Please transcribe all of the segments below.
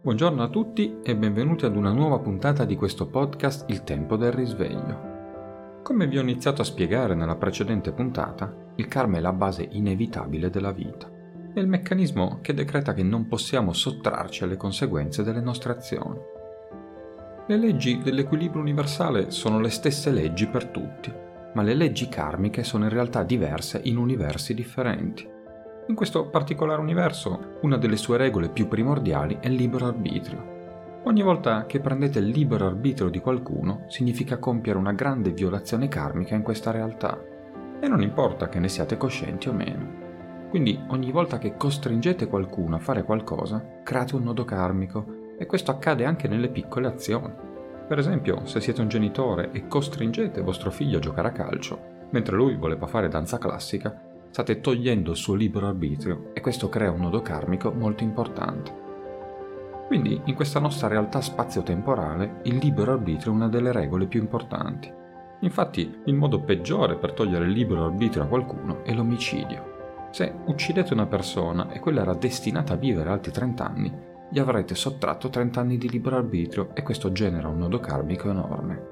Buongiorno a tutti e benvenuti ad una nuova puntata di questo podcast Il tempo del risveglio. Come vi ho iniziato a spiegare nella precedente puntata, il karma è la base inevitabile della vita. È il meccanismo che decreta che non possiamo sottrarci alle conseguenze delle nostre azioni. Le leggi dell'equilibrio universale sono le stesse leggi per tutti, ma le leggi karmiche sono in realtà diverse in universi differenti. In questo particolare universo, una delle sue regole più primordiali è il libero arbitrio. Ogni volta che prendete il libero arbitrio di qualcuno, significa compiere una grande violazione karmica in questa realtà, e non importa che ne siate coscienti o meno. Quindi ogni volta che costringete qualcuno a fare qualcosa, create un nodo karmico, e questo accade anche nelle piccole azioni. Per esempio, se siete un genitore e costringete vostro figlio a giocare a calcio, mentre lui voleva fare danza classica, state togliendo il suo libero arbitrio e questo crea un nodo karmico molto importante. Quindi, in questa nostra realtà spazio-temporale, il libero arbitrio è una delle regole più importanti. Infatti, il modo peggiore per togliere il libero arbitrio a qualcuno è l'omicidio. Se uccidete una persona e quella era destinata a vivere altri 30 anni, gli avrete sottratto 30 anni di libero arbitrio e questo genera un nodo karmico enorme.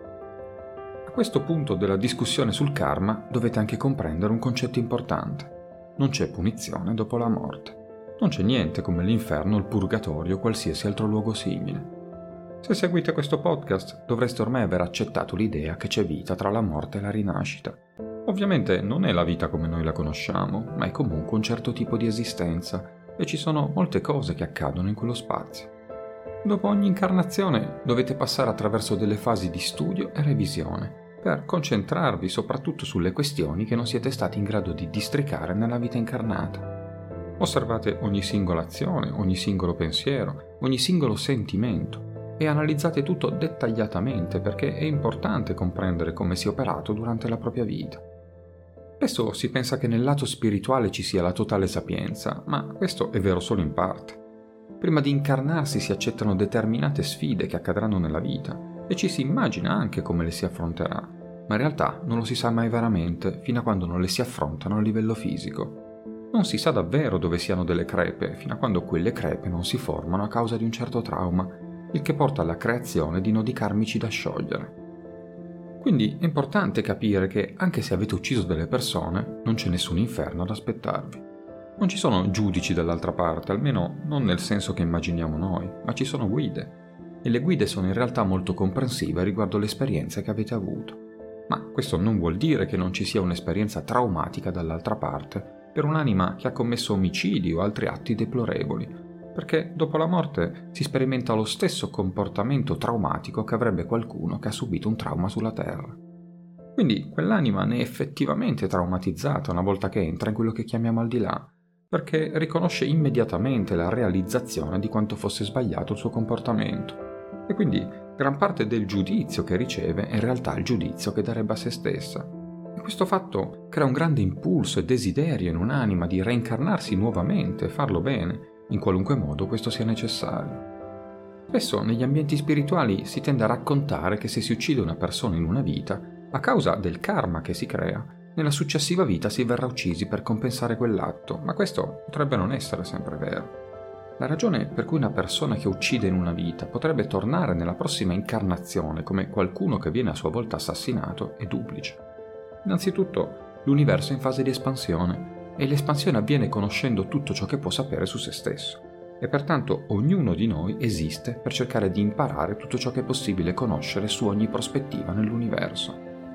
A questo punto della discussione sul karma dovete anche comprendere un concetto importante. Non c'è punizione dopo la morte. Non c'è niente come l'inferno, il purgatorio o qualsiasi altro luogo simile. Se seguite questo podcast dovreste ormai aver accettato l'idea che c'è vita tra la morte e la rinascita. Ovviamente non è la vita come noi la conosciamo, ma è comunque un certo tipo di esistenza e ci sono molte cose che accadono in quello spazio. Dopo ogni incarnazione dovete passare attraverso delle fasi di studio e revisione per concentrarvi soprattutto sulle questioni che non siete stati in grado di districare nella vita incarnata. Osservate ogni singola azione, ogni singolo pensiero, ogni singolo sentimento e analizzate tutto dettagliatamente perché è importante comprendere come si è operato durante la propria vita. Spesso si pensa che nel lato spirituale ci sia la totale sapienza, ma questo è vero solo in parte. Prima di incarnarsi si accettano determinate sfide che accadranno nella vita e ci si immagina anche come le si affronterà, ma in realtà non lo si sa mai veramente fino a quando non le si affrontano a livello fisico. Non si sa davvero dove siano delle crepe fino a quando quelle crepe non si formano a causa di un certo trauma, il che porta alla creazione di nodi karmici da sciogliere. Quindi è importante capire che anche se avete ucciso delle persone, non c'è nessun inferno ad aspettarvi. Non ci sono giudici dall'altra parte, almeno non nel senso che immaginiamo noi, ma ci sono guide. E le guide sono in realtà molto comprensive riguardo le esperienze che avete avuto. Ma questo non vuol dire che non ci sia un'esperienza traumatica dall'altra parte per un'anima che ha commesso omicidi o altri atti deplorevoli, perché dopo la morte si sperimenta lo stesso comportamento traumatico che avrebbe qualcuno che ha subito un trauma sulla Terra. Quindi quell'anima ne è effettivamente traumatizzata una volta che entra in quello che chiamiamo al di là, perché riconosce immediatamente la realizzazione di quanto fosse sbagliato il suo comportamento. E quindi gran parte del giudizio che riceve è in realtà il giudizio che darebbe a se stessa. E questo fatto crea un grande impulso e desiderio in un'anima di reincarnarsi nuovamente e farlo bene, in qualunque modo questo sia necessario. Spesso negli ambienti spirituali si tende a raccontare che se si uccide una persona in una vita, a causa del karma che si crea, nella successiva vita si verrà uccisi per compensare quell'atto, ma questo potrebbe non essere sempre vero. La ragione per cui una persona che uccide in una vita potrebbe tornare nella prossima incarnazione come qualcuno che viene a sua volta assassinato è duplice. Innanzitutto, l'universo è in fase di espansione e l'espansione avviene conoscendo tutto ciò che può sapere su se stesso e pertanto ognuno di noi esiste per cercare di imparare tutto ciò che è possibile conoscere su ogni prospettiva nell'universo.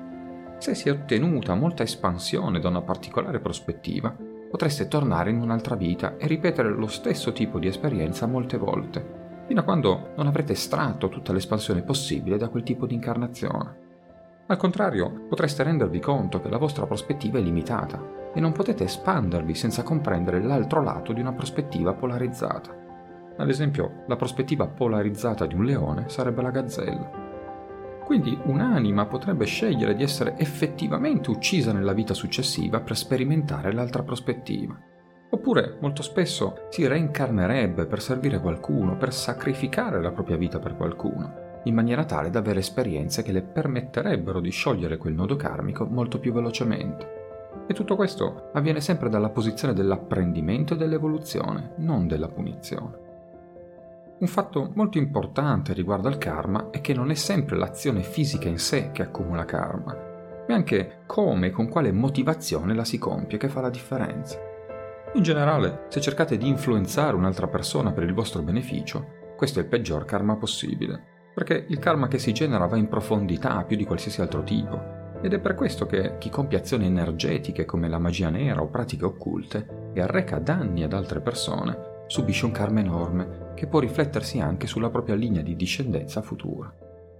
Se si è ottenuta molta espansione da una particolare prospettiva, potreste tornare in un'altra vita e ripetere lo stesso tipo di esperienza molte volte, fino a quando non avrete estratto tutta l'espansione possibile da quel tipo di incarnazione. Al contrario, potreste rendervi conto che la vostra prospettiva è limitata e non potete espandervi senza comprendere l'altro lato di una prospettiva polarizzata. Ad esempio, la prospettiva polarizzata di un leone sarebbe la gazzella. Quindi un'anima potrebbe scegliere di essere effettivamente uccisa nella vita successiva per sperimentare l'altra prospettiva. Oppure, molto spesso, si reincarnerebbe per servire qualcuno, per sacrificare la propria vita per qualcuno, in maniera tale da avere esperienze che le permetterebbero di sciogliere quel nodo karmico molto più velocemente. E tutto questo avviene sempre dalla posizione dell'apprendimento e dell'evoluzione, non della punizione. Un fatto molto importante riguardo al karma è che non è sempre l'azione fisica in sé che accumula karma, ma anche come e con quale motivazione la si compie che fa la differenza. In generale, se cercate di influenzare un'altra persona per il vostro beneficio, questo è il peggior karma possibile, perché il karma che si genera va in profondità più di qualsiasi altro tipo, ed è per questo che chi compie azioni energetiche come la magia nera o pratiche occulte e arreca danni ad altre persone subisce un karma enorme che può riflettersi anche sulla propria linea di discendenza futura.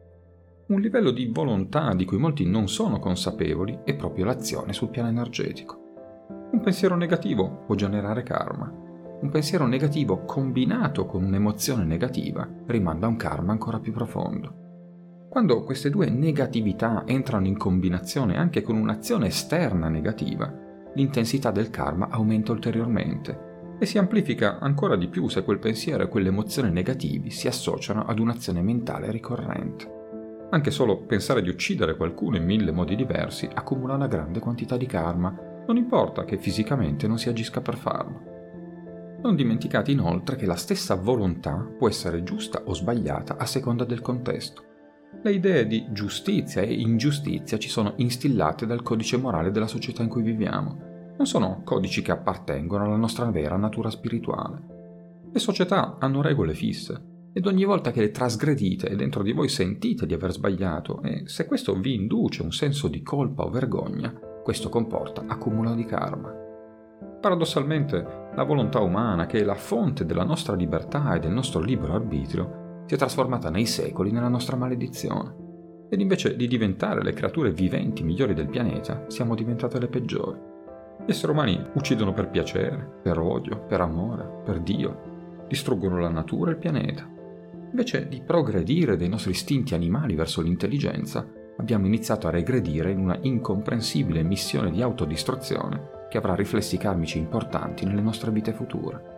Un livello di volontà di cui molti non sono consapevoli è proprio l'azione sul piano energetico. Un pensiero negativo può generare karma. Un pensiero negativo combinato con un'emozione negativa rimanda a un karma ancora più profondo. Quando queste due negatività entrano in combinazione anche con un'azione esterna negativa, l'intensità del karma aumenta ulteriormente e si amplifica ancora di più se quel pensiero e quell'emozione negativi si associano ad un'azione mentale ricorrente. Anche solo pensare di uccidere qualcuno in 1000 modi diversi accumula una grande quantità di karma, non importa che fisicamente non si agisca per farlo. Non dimenticate inoltre che la stessa volontà può essere giusta o sbagliata a seconda del contesto. Le idee di giustizia e ingiustizia ci sono instillate dal codice morale della società in cui viviamo. Non sono codici che appartengono alla nostra vera natura spirituale. Le società hanno regole fisse ed ogni volta che le trasgredite e dentro di voi sentite di aver sbagliato e se questo vi induce un senso di colpa o vergogna, questo comporta accumulo di karma. Paradossalmente, la volontà umana, che è la fonte della nostra libertà e del nostro libero arbitrio, si è trasformata nei secoli nella nostra maledizione. Ed invece di diventare le creature viventi migliori del pianeta, siamo diventate le peggiori. Gli esseri umani uccidono per piacere, per odio, per amore, per Dio. Distruggono la natura e il pianeta. Invece di progredire dei nostri istinti animali verso l'intelligenza, abbiamo iniziato a regredire in una incomprensibile missione di autodistruzione che avrà riflessi karmici importanti nelle nostre vite future.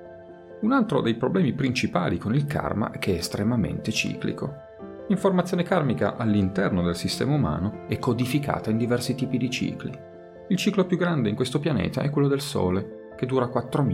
Un altro dei problemi principali con il karma è che è estremamente ciclico. L'informazione karmica all'interno del sistema umano è codificata in diversi tipi di cicli. Il ciclo più grande in questo pianeta è quello del Sole, che dura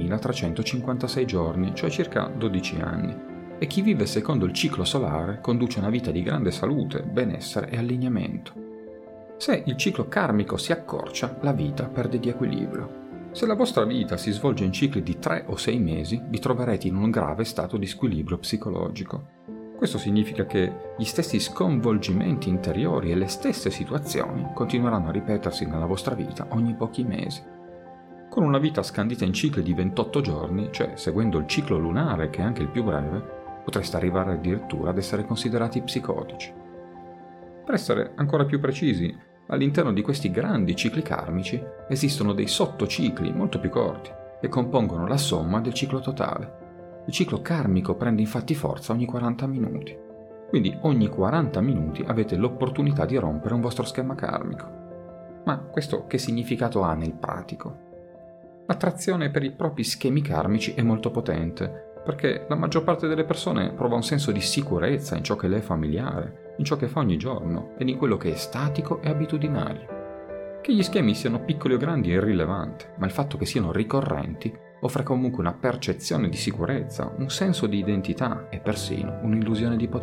4.356 giorni, cioè circa 12 anni, e chi vive secondo il ciclo solare conduce una vita di grande salute, benessere e allineamento. Se il ciclo karmico si accorcia, la vita perde di equilibrio. Se la vostra vita si svolge in cicli di 3 o 6 mesi, vi troverete in un grave stato di squilibrio psicologico. Questo significa che gli stessi sconvolgimenti interiori e le stesse situazioni continueranno a ripetersi nella vostra vita ogni pochi mesi. Con una vita scandita in cicli di 28 giorni, cioè seguendo il ciclo lunare che è anche il più breve, potreste arrivare addirittura ad essere considerati psicotici. Per essere ancora più precisi, all'interno di questi grandi cicli karmici esistono dei sottocicli molto più corti che compongono la somma del ciclo totale. Il ciclo karmico prende infatti forza ogni 40 minuti. Quindi ogni 40 minuti avete l'opportunità di rompere un vostro schema karmico. Ma questo che significato ha nel pratico? L'attrazione per i propri schemi karmici è molto potente, perché la maggior parte delle persone prova un senso di sicurezza in ciò che le è familiare, in ciò che fa ogni giorno ed in quello che è statico e abitudinario. Che gli schemi siano piccoli o grandi è irrilevante, ma il fatto che siano ricorrenti offre comunque una percezione di sicurezza, un senso di identità e persino un'illusione di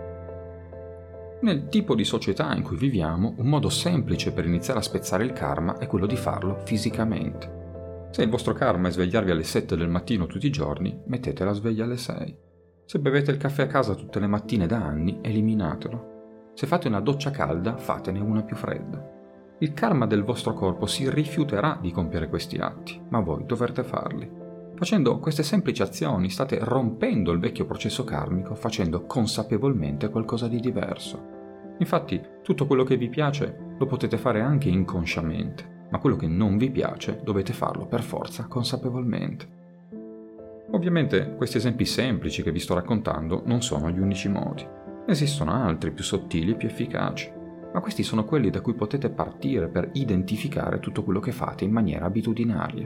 potere. Nel tipo di società in cui viviamo, un modo semplice per iniziare a spezzare il karma è quello di farlo fisicamente. Se il vostro karma è svegliarvi alle 7 del mattino tutti i giorni, mettete la sveglia alle 6. Se bevete il caffè a casa tutte le mattine da anni, eliminatelo. Se fate una doccia calda, fatene una più fredda. Il karma del vostro corpo si rifiuterà di compiere questi atti, ma voi dovrete farli. Facendo queste semplici azioni state rompendo il vecchio processo karmico, facendo consapevolmente qualcosa di diverso. Infatti, tutto quello che vi piace lo potete fare anche inconsciamente, ma quello che non vi piace dovete farlo per forza consapevolmente. Ovviamente questi esempi semplici che vi sto raccontando non sono gli unici modi. Esistono altri più sottili e più efficaci, ma questi sono quelli da cui potete partire per identificare tutto quello che fate in maniera abitudinaria.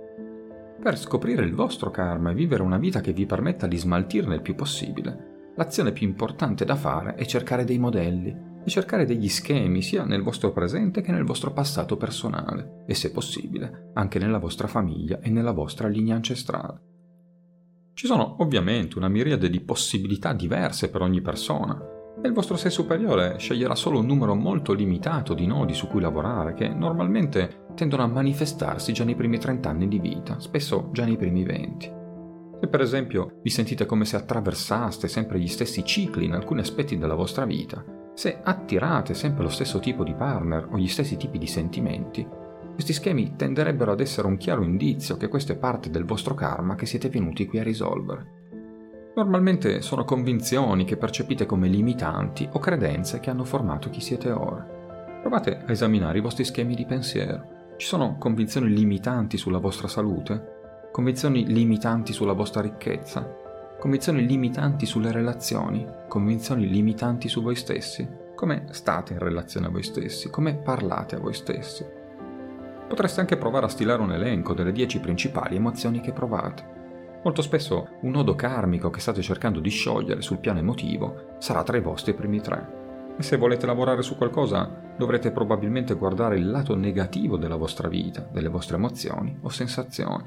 Per scoprire il vostro karma e vivere una vita che vi permetta di smaltirne il più possibile, l'azione più importante da fare è cercare dei modelli e cercare degli schemi sia nel vostro presente che nel vostro passato personale e, se possibile, anche nella vostra famiglia e nella vostra linea ancestrale. Ci sono ovviamente una miriade di possibilità diverse per ogni persona e il vostro sé superiore sceglierà solo un numero molto limitato di nodi su cui lavorare che normalmente tendono a manifestarsi già nei primi 30 anni di vita, spesso già nei primi 20. Se per esempio vi sentite come se attraversaste sempre gli stessi cicli in alcuni aspetti della vostra vita, se attirate sempre lo stesso tipo di partner o gli stessi tipi di sentimenti, questi schemi tenderebbero ad essere un chiaro indizio che questo è parte del vostro karma che siete venuti qui a risolvere. Normalmente sono convinzioni che percepite come limitanti o credenze che hanno formato chi siete ora. Provate a esaminare i vostri schemi di pensiero. Ci sono convinzioni limitanti sulla vostra salute? Convinzioni limitanti sulla vostra ricchezza? Convinzioni limitanti sulle relazioni? Convinzioni limitanti su voi stessi? Come state in relazione a voi stessi? Come parlate a voi stessi? Potreste anche provare a stilare un elenco delle 10 principali emozioni che provate. Molto spesso un nodo karmico che state cercando di sciogliere sul piano emotivo sarà tra i vostri primi 3. E se volete lavorare su qualcosa, dovrete probabilmente guardare il lato negativo della vostra vita, delle vostre emozioni o sensazioni.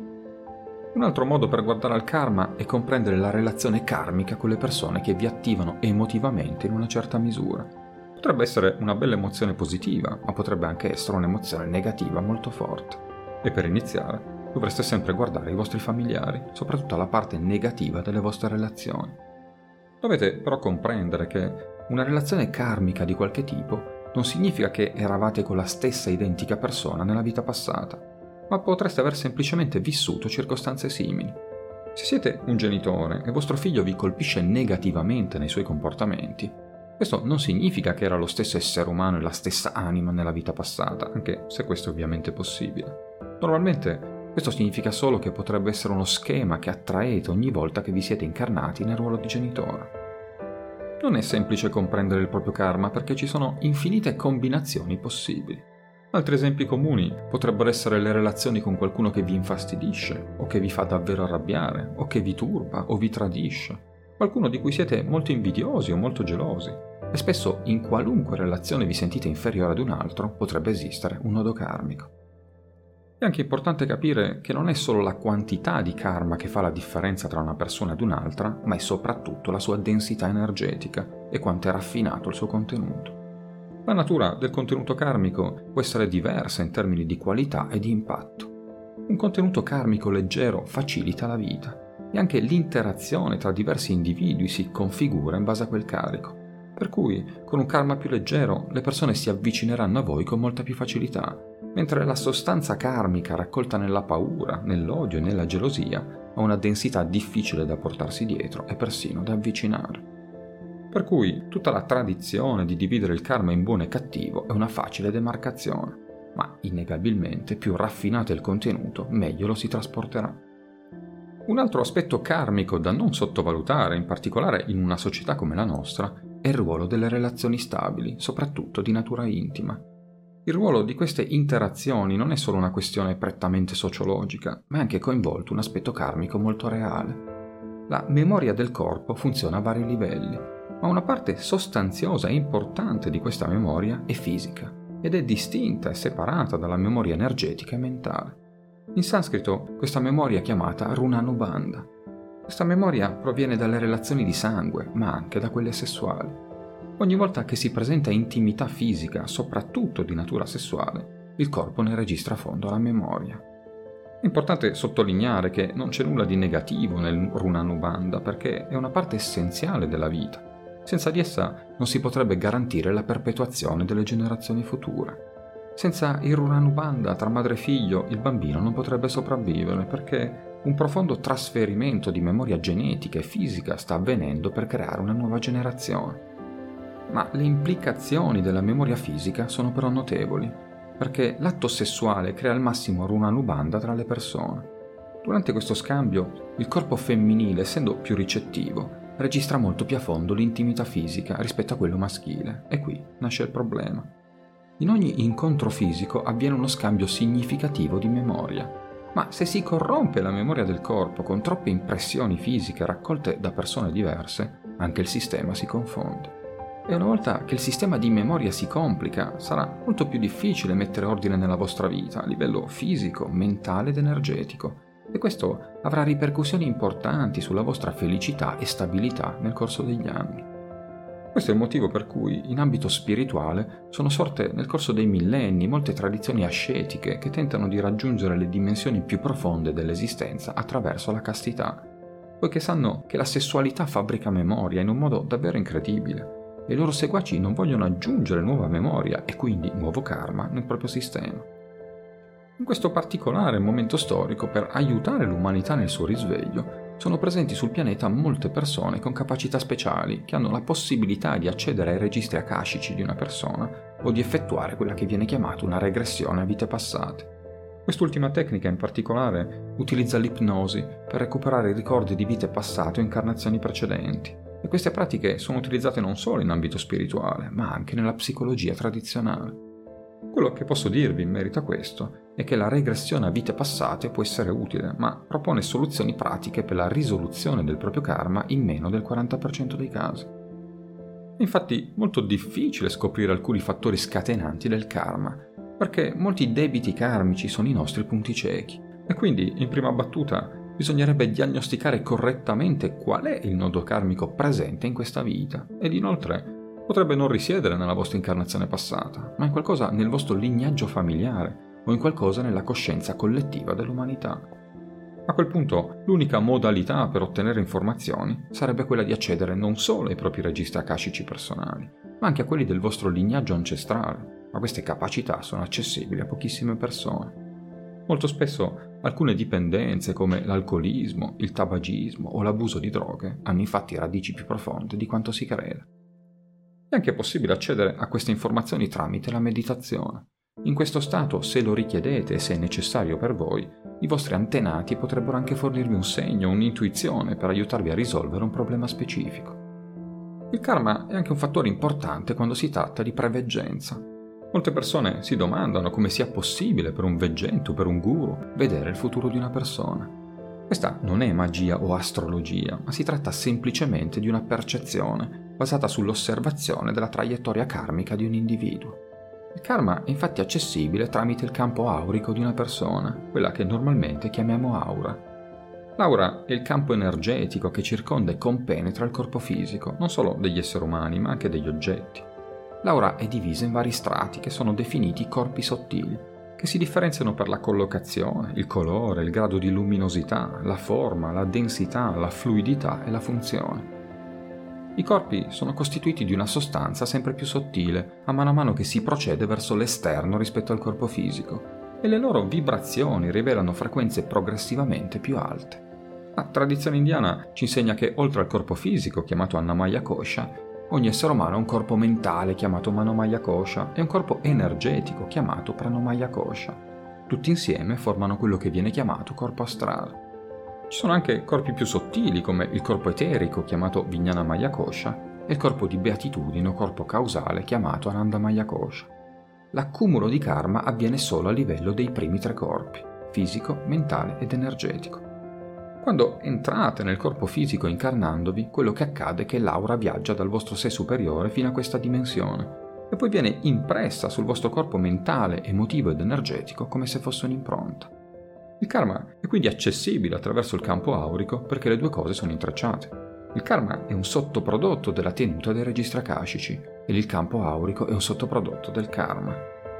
Un altro modo per guardare al karma è comprendere la relazione karmica con le persone che vi attivano emotivamente in una certa misura. Potrebbe essere una bella emozione positiva, ma potrebbe anche essere un'emozione negativa molto forte. E per iniziare, dovreste sempre guardare i vostri familiari, soprattutto la parte negativa delle vostre relazioni. Dovete però comprendere che una relazione karmica di qualche tipo non significa che eravate con la stessa identica persona nella vita passata, ma potreste aver semplicemente vissuto circostanze simili. Se siete un genitore e vostro figlio vi colpisce negativamente nei suoi comportamenti, questo non significa che era lo stesso essere umano e la stessa anima nella vita passata, anche se questo è ovviamente possibile. Normalmente questo significa solo che potrebbe essere uno schema che attraete ogni volta che vi siete incarnati nel ruolo di genitore. Non è semplice comprendere il proprio karma perché ci sono infinite combinazioni possibili. Altri esempi comuni potrebbero essere le relazioni con qualcuno che vi infastidisce, o che vi fa davvero arrabbiare, o che vi turba o vi tradisce. Qualcuno di cui siete molto invidiosi o molto gelosi. E spesso in qualunque relazione vi sentite inferiore ad un altro potrebbe esistere un nodo karmico. È anche importante capire che non è solo la quantità di karma che fa la differenza tra una persona ed un'altra, ma è soprattutto la sua densità energetica e quanto è raffinato il suo contenuto. La natura del contenuto karmico può essere diversa in termini di qualità e di impatto. Un contenuto karmico leggero facilita la vita e anche l'interazione tra diversi individui si configura in base a quel carico. Per cui, con un karma più leggero, le persone si avvicineranno a voi con molta più facilità, mentre la sostanza karmica raccolta nella paura, nell'odio e nella gelosia ha una densità difficile da portarsi dietro e persino da avvicinare. Per cui, tutta la tradizione di dividere il karma in buono e cattivo è una facile demarcazione, ma innegabilmente più raffinato è il contenuto, meglio lo si trasporterà. Un altro aspetto karmico da non sottovalutare, in particolare in una società come la nostra, è il ruolo delle relazioni stabili, soprattutto di natura intima. Il ruolo di queste interazioni non è solo una questione prettamente sociologica, ma è anche coinvolto un aspetto karmico molto reale. La memoria del corpo funziona a vari livelli, ma una parte sostanziosa e importante di questa memoria è fisica ed è distinta e separata dalla memoria energetica e mentale. In sanscrito questa memoria è chiamata runanubandha. Questa memoria proviene dalle relazioni di sangue, ma anche da quelle sessuali. Ogni volta che si presenta intimità fisica, soprattutto di natura sessuale, il corpo ne registra a fondo la memoria. È importante sottolineare che non c'è nulla di negativo nel runanubandha perché è una parte essenziale della vita. Senza di essa non si potrebbe garantire la perpetuazione delle generazioni future. Senza il runanubandha tra madre e figlio il bambino non potrebbe sopravvivere perché un profondo trasferimento di memoria genetica e fisica sta avvenendo per creare una nuova generazione. Ma le implicazioni della memoria fisica sono però notevoli, perché l'atto sessuale crea al massimo runanubandha tra le persone. Durante questo scambio, il corpo femminile, essendo più ricettivo, registra molto più a fondo l'intimità fisica rispetto a quello maschile, e qui nasce il problema. In ogni incontro fisico avviene uno scambio significativo di memoria, ma se si corrompe la memoria del corpo con troppe impressioni fisiche raccolte da persone diverse, anche il sistema si confonde. E una volta che il sistema di memoria si complica, sarà molto più difficile mettere ordine nella vostra vita a livello fisico, mentale ed energetico, e questo avrà ripercussioni importanti sulla vostra felicità e stabilità nel corso degli anni. Questo è il motivo per cui in ambito spirituale sono sorte nel corso dei millenni molte tradizioni ascetiche che tentano di raggiungere le dimensioni più profonde dell'esistenza attraverso la castità, poiché sanno che la sessualità fabbrica memoria in un modo davvero incredibile e i loro seguaci non vogliono aggiungere nuova memoria e quindi nuovo karma nel proprio sistema. In questo particolare momento storico, per aiutare l'umanità nel suo risveglio, sono presenti sul pianeta molte persone con capacità speciali che hanno la possibilità di accedere ai registri akashici di una persona o di effettuare quella che viene chiamata una regressione a vite passate. Quest'ultima tecnica in particolare utilizza l'ipnosi per recuperare i ricordi di vite passate o incarnazioni precedenti, e queste pratiche sono utilizzate non solo in ambito spirituale, ma anche nella psicologia tradizionale. Quello che posso dirvi in merito a questo è che la regressione a vite passate può essere utile, ma propone soluzioni pratiche per la risoluzione del proprio karma in meno del 40% dei casi. È infatti molto difficile scoprire alcuni fattori scatenanti del karma, perché molti debiti karmici sono i nostri punti ciechi, e quindi in prima battuta bisognerebbe diagnosticare correttamente qual è il nodo karmico presente in questa vita, ed inoltre potrebbe non risiedere nella vostra incarnazione passata, ma in qualcosa nel vostro lignaggio familiare o in qualcosa nella coscienza collettiva dell'umanità. A quel punto, l'unica modalità per ottenere informazioni sarebbe quella di accedere non solo ai propri registri akashici personali, ma anche a quelli del vostro lignaggio ancestrale, ma queste capacità sono accessibili a pochissime persone. Molto spesso alcune dipendenze come l'alcolismo, il tabagismo o l'abuso di droghe hanno infatti radici più profonde di quanto si creda. È anche possibile accedere a queste informazioni tramite la meditazione. In questo stato, se lo richiedete e se è necessario per voi, i vostri antenati potrebbero anche fornirvi un segno, un'intuizione per aiutarvi a risolvere un problema specifico. Il karma è anche un fattore importante quando si tratta di preveggenza. Molte persone si domandano come sia possibile per un veggente o per un guru vedere il futuro di una persona. Questa non è magia o astrologia, ma si tratta semplicemente di una percezione basata sull'osservazione della traiettoria karmica di un individuo. Il karma è infatti accessibile tramite il campo aurico di una persona, quella che normalmente chiamiamo aura. L'aura è il campo energetico che circonda e compenetra il corpo fisico, non solo degli esseri umani, ma anche degli oggetti. L'aura è divisa in vari strati che sono definiti corpi sottili, che si differenziano per la collocazione, il colore, il grado di luminosità, la forma, la densità, la fluidità e la funzione. I corpi sono costituiti di una sostanza sempre più sottile, a mano che si procede verso l'esterno rispetto al corpo fisico, e le loro vibrazioni rivelano frequenze progressivamente più alte. La tradizione indiana ci insegna che oltre al corpo fisico, chiamato Annamaya Kosha, ogni essere umano ha un corpo mentale chiamato Manomaya Kosha e un corpo energetico chiamato Pranomaya Kosha. Tutti insieme formano quello che viene chiamato corpo astrale. Ci sono anche corpi più sottili come il corpo eterico chiamato Vijnanamaya Kosha e il corpo di beatitudine o corpo causale chiamato Anandamaya Kosha. L'accumulo di karma avviene solo a livello dei primi tre corpi, fisico, mentale ed energetico. Quando entrate nel corpo fisico incarnandovi, quello che accade è che l'aura viaggia dal vostro sé superiore fino a questa dimensione e poi viene impressa sul vostro corpo mentale, emotivo ed energetico come se fosse un'impronta. Il karma è quindi accessibile attraverso il campo aurico perché le due cose sono intrecciate. Il karma è un sottoprodotto della tenuta dei registri akashici ed il campo aurico è un sottoprodotto del karma.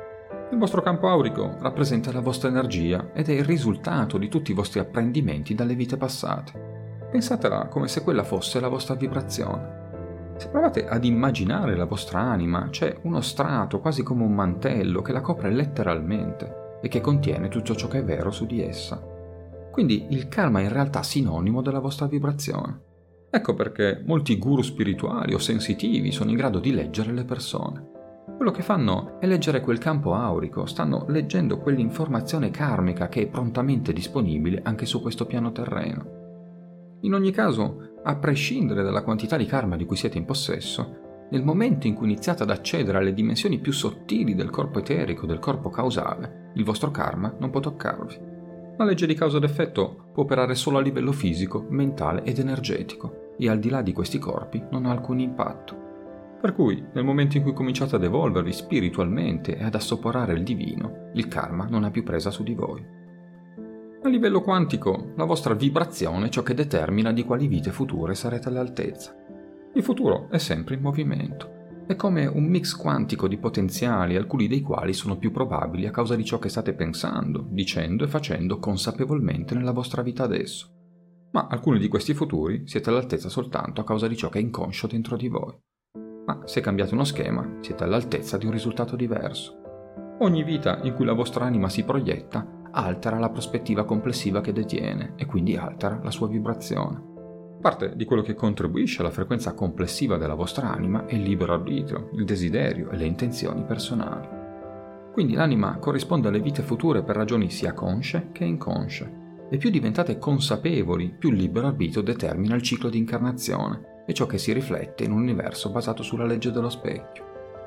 Il vostro campo aurico rappresenta la vostra energia ed è il risultato di tutti i vostri apprendimenti dalle vite passate. Pensatela come se quella fosse la vostra vibrazione. Se provate ad immaginare la vostra anima, c'è uno strato quasi come un mantello che la copre letteralmente e che contiene tutto ciò che è vero su di essa. Quindi il karma è in realtà sinonimo della vostra vibrazione. Ecco perché molti guru spirituali o sensitivi sono in grado di leggere le persone. Quello che fanno è leggere quel campo aurico, stanno leggendo quell'informazione karmica che è prontamente disponibile anche su questo piano terreno. In ogni caso, a prescindere dalla quantità di karma di cui siete in possesso, nel momento in cui iniziate ad accedere alle dimensioni più sottili del corpo eterico, del corpo causale, il vostro karma non può toccarvi. La legge di causa ed effetto può operare solo a livello fisico, mentale ed energetico, e al di là di questi corpi non ha alcun impatto. Per cui, nel momento in cui cominciate ad evolvervi spiritualmente e ad assaporare il divino, il karma non ha più presa su di voi. A livello quantico, la vostra vibrazione è ciò che determina di quali vite future sarete all'altezza. Il futuro è sempre in movimento. È come un mix quantico di potenziali, alcuni dei quali sono più probabili a causa di ciò che state pensando, dicendo e facendo consapevolmente nella vostra vita adesso. Ma alcuni di questi futuri siete all'altezza soltanto a causa di ciò che è inconscio dentro di voi. Ma se cambiate uno schema, siete all'altezza di un risultato diverso. Ogni vita in cui la vostra anima si proietta altera la prospettiva complessiva che detiene e quindi altera la sua vibrazione. Parte di quello che contribuisce alla frequenza complessiva della vostra anima è il libero arbitrio, il desiderio e le intenzioni personali. Quindi l'anima corrisponde alle vite future per ragioni sia consce che inconsce. E più diventate consapevoli, più il libero arbitrio determina il ciclo di incarnazione e ciò che si riflette in un universo basato sulla legge dello specchio.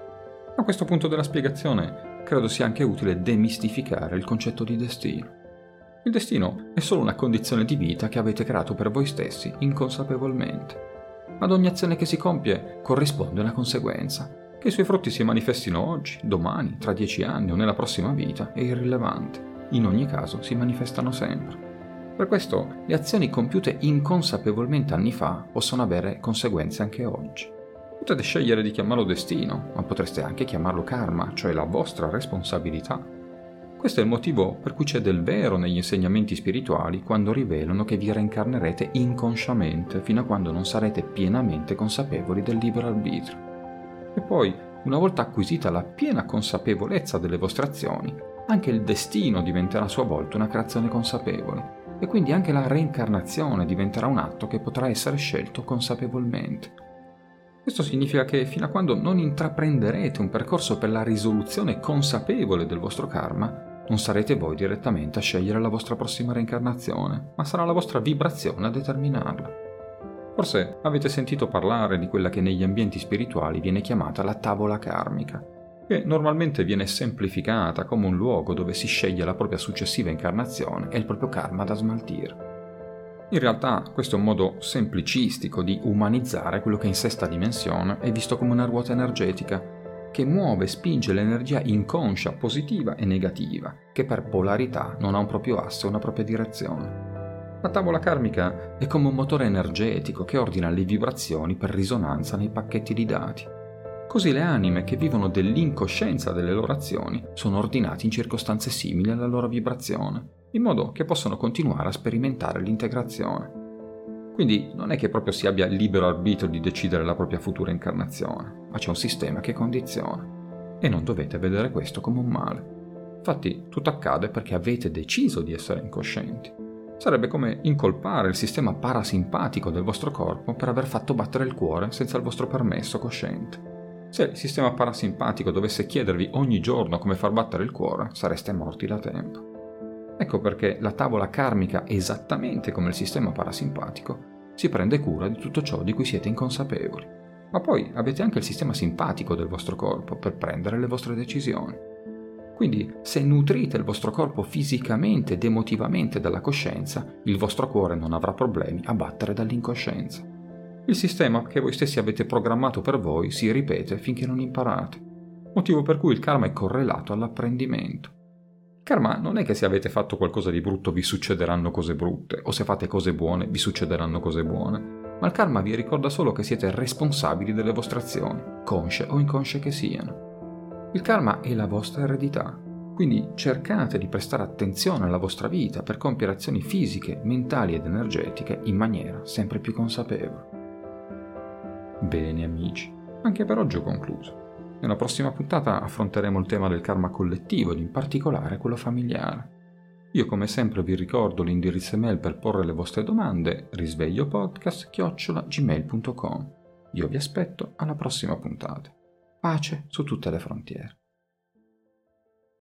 A questo punto della spiegazione credo sia anche utile demistificare il concetto di destino. Il destino è solo una condizione di vita che avete creato per voi stessi inconsapevolmente. Ad ogni azione che si compie corrisponde una conseguenza. Che i suoi frutti si manifestino oggi, domani, tra 10 anni o nella prossima vita è irrilevante. In ogni caso si manifestano sempre. Per questo le azioni compiute inconsapevolmente anni fa possono avere conseguenze anche oggi. Potete scegliere di chiamarlo destino, ma potreste anche chiamarlo karma, cioè la vostra responsabilità. Questo è il motivo per cui c'è del vero negli insegnamenti spirituali quando rivelano che vi reincarnerete inconsciamente fino a quando non sarete pienamente consapevoli del libero arbitrio. E poi, una volta acquisita la piena consapevolezza delle vostre azioni, anche il destino diventerà a sua volta una creazione consapevole e quindi anche la reincarnazione diventerà un atto che potrà essere scelto consapevolmente. Questo significa che fino a quando non intraprenderete un percorso per la risoluzione consapevole del vostro karma, non sarete voi direttamente a scegliere la vostra prossima reincarnazione, ma sarà la vostra vibrazione a determinarla. Forse avete sentito parlare di quella che negli ambienti spirituali viene chiamata la tavola karmica, che normalmente viene semplificata come un luogo dove si sceglie la propria successiva incarnazione e il proprio karma da smaltire. In realtà questo è un modo semplicistico di umanizzare quello che in sesta dimensione è visto come una ruota energetica che muove e spinge l'energia inconscia, positiva e negativa, che per polarità non ha un proprio asse o una propria direzione. La tavola karmica è come un motore energetico che ordina le vibrazioni per risonanza nei pacchetti di dati. Così le anime che vivono dell'incoscienza delle loro azioni sono ordinate in circostanze simili alla loro vibrazione, in modo che possano continuare a sperimentare l'integrazione. Quindi non è che proprio si abbia libero arbitrio di decidere la propria futura incarnazione, ma c'è un sistema che condiziona. E non dovete vedere questo come un male. Infatti tutto accade perché avete deciso di essere incoscienti. Sarebbe come incolpare il sistema parasimpatico del vostro corpo per aver fatto battere il cuore senza il vostro permesso cosciente. Se il sistema parasimpatico dovesse chiedervi ogni giorno come far battere il cuore, sareste morti da tempo. Ecco perché la tavola karmica, esattamente come il sistema parasimpatico, si prende cura di tutto ciò di cui siete inconsapevoli. Ma poi avete anche il sistema simpatico del vostro corpo per prendere le vostre decisioni. Quindi, se nutrite il vostro corpo fisicamente ed emotivamente dalla coscienza, il vostro cuore non avrà problemi a battere dall'incoscienza. Il sistema che voi stessi avete programmato per voi si ripete finché non imparate, motivo per cui il karma è correlato all'apprendimento. Karma non è che se avete fatto qualcosa di brutto vi succederanno cose brutte, o se fate cose buone vi succederanno cose buone, ma il karma vi ricorda solo che siete responsabili delle vostre azioni, consce o inconsce che siano. Il karma è la vostra eredità, quindi cercate di prestare attenzione alla vostra vita per compiere azioni fisiche, mentali ed energetiche in maniera sempre più consapevole. Bene amici, anche per oggi ho concluso. Nella prossima puntata affronteremo il tema del karma collettivo ed in particolare quello familiare. Io come sempre vi ricordo l'indirizzo email per porre le vostre domande, risvegliopodcast@gmail.com. Io vi aspetto alla prossima puntata. Pace su tutte le frontiere.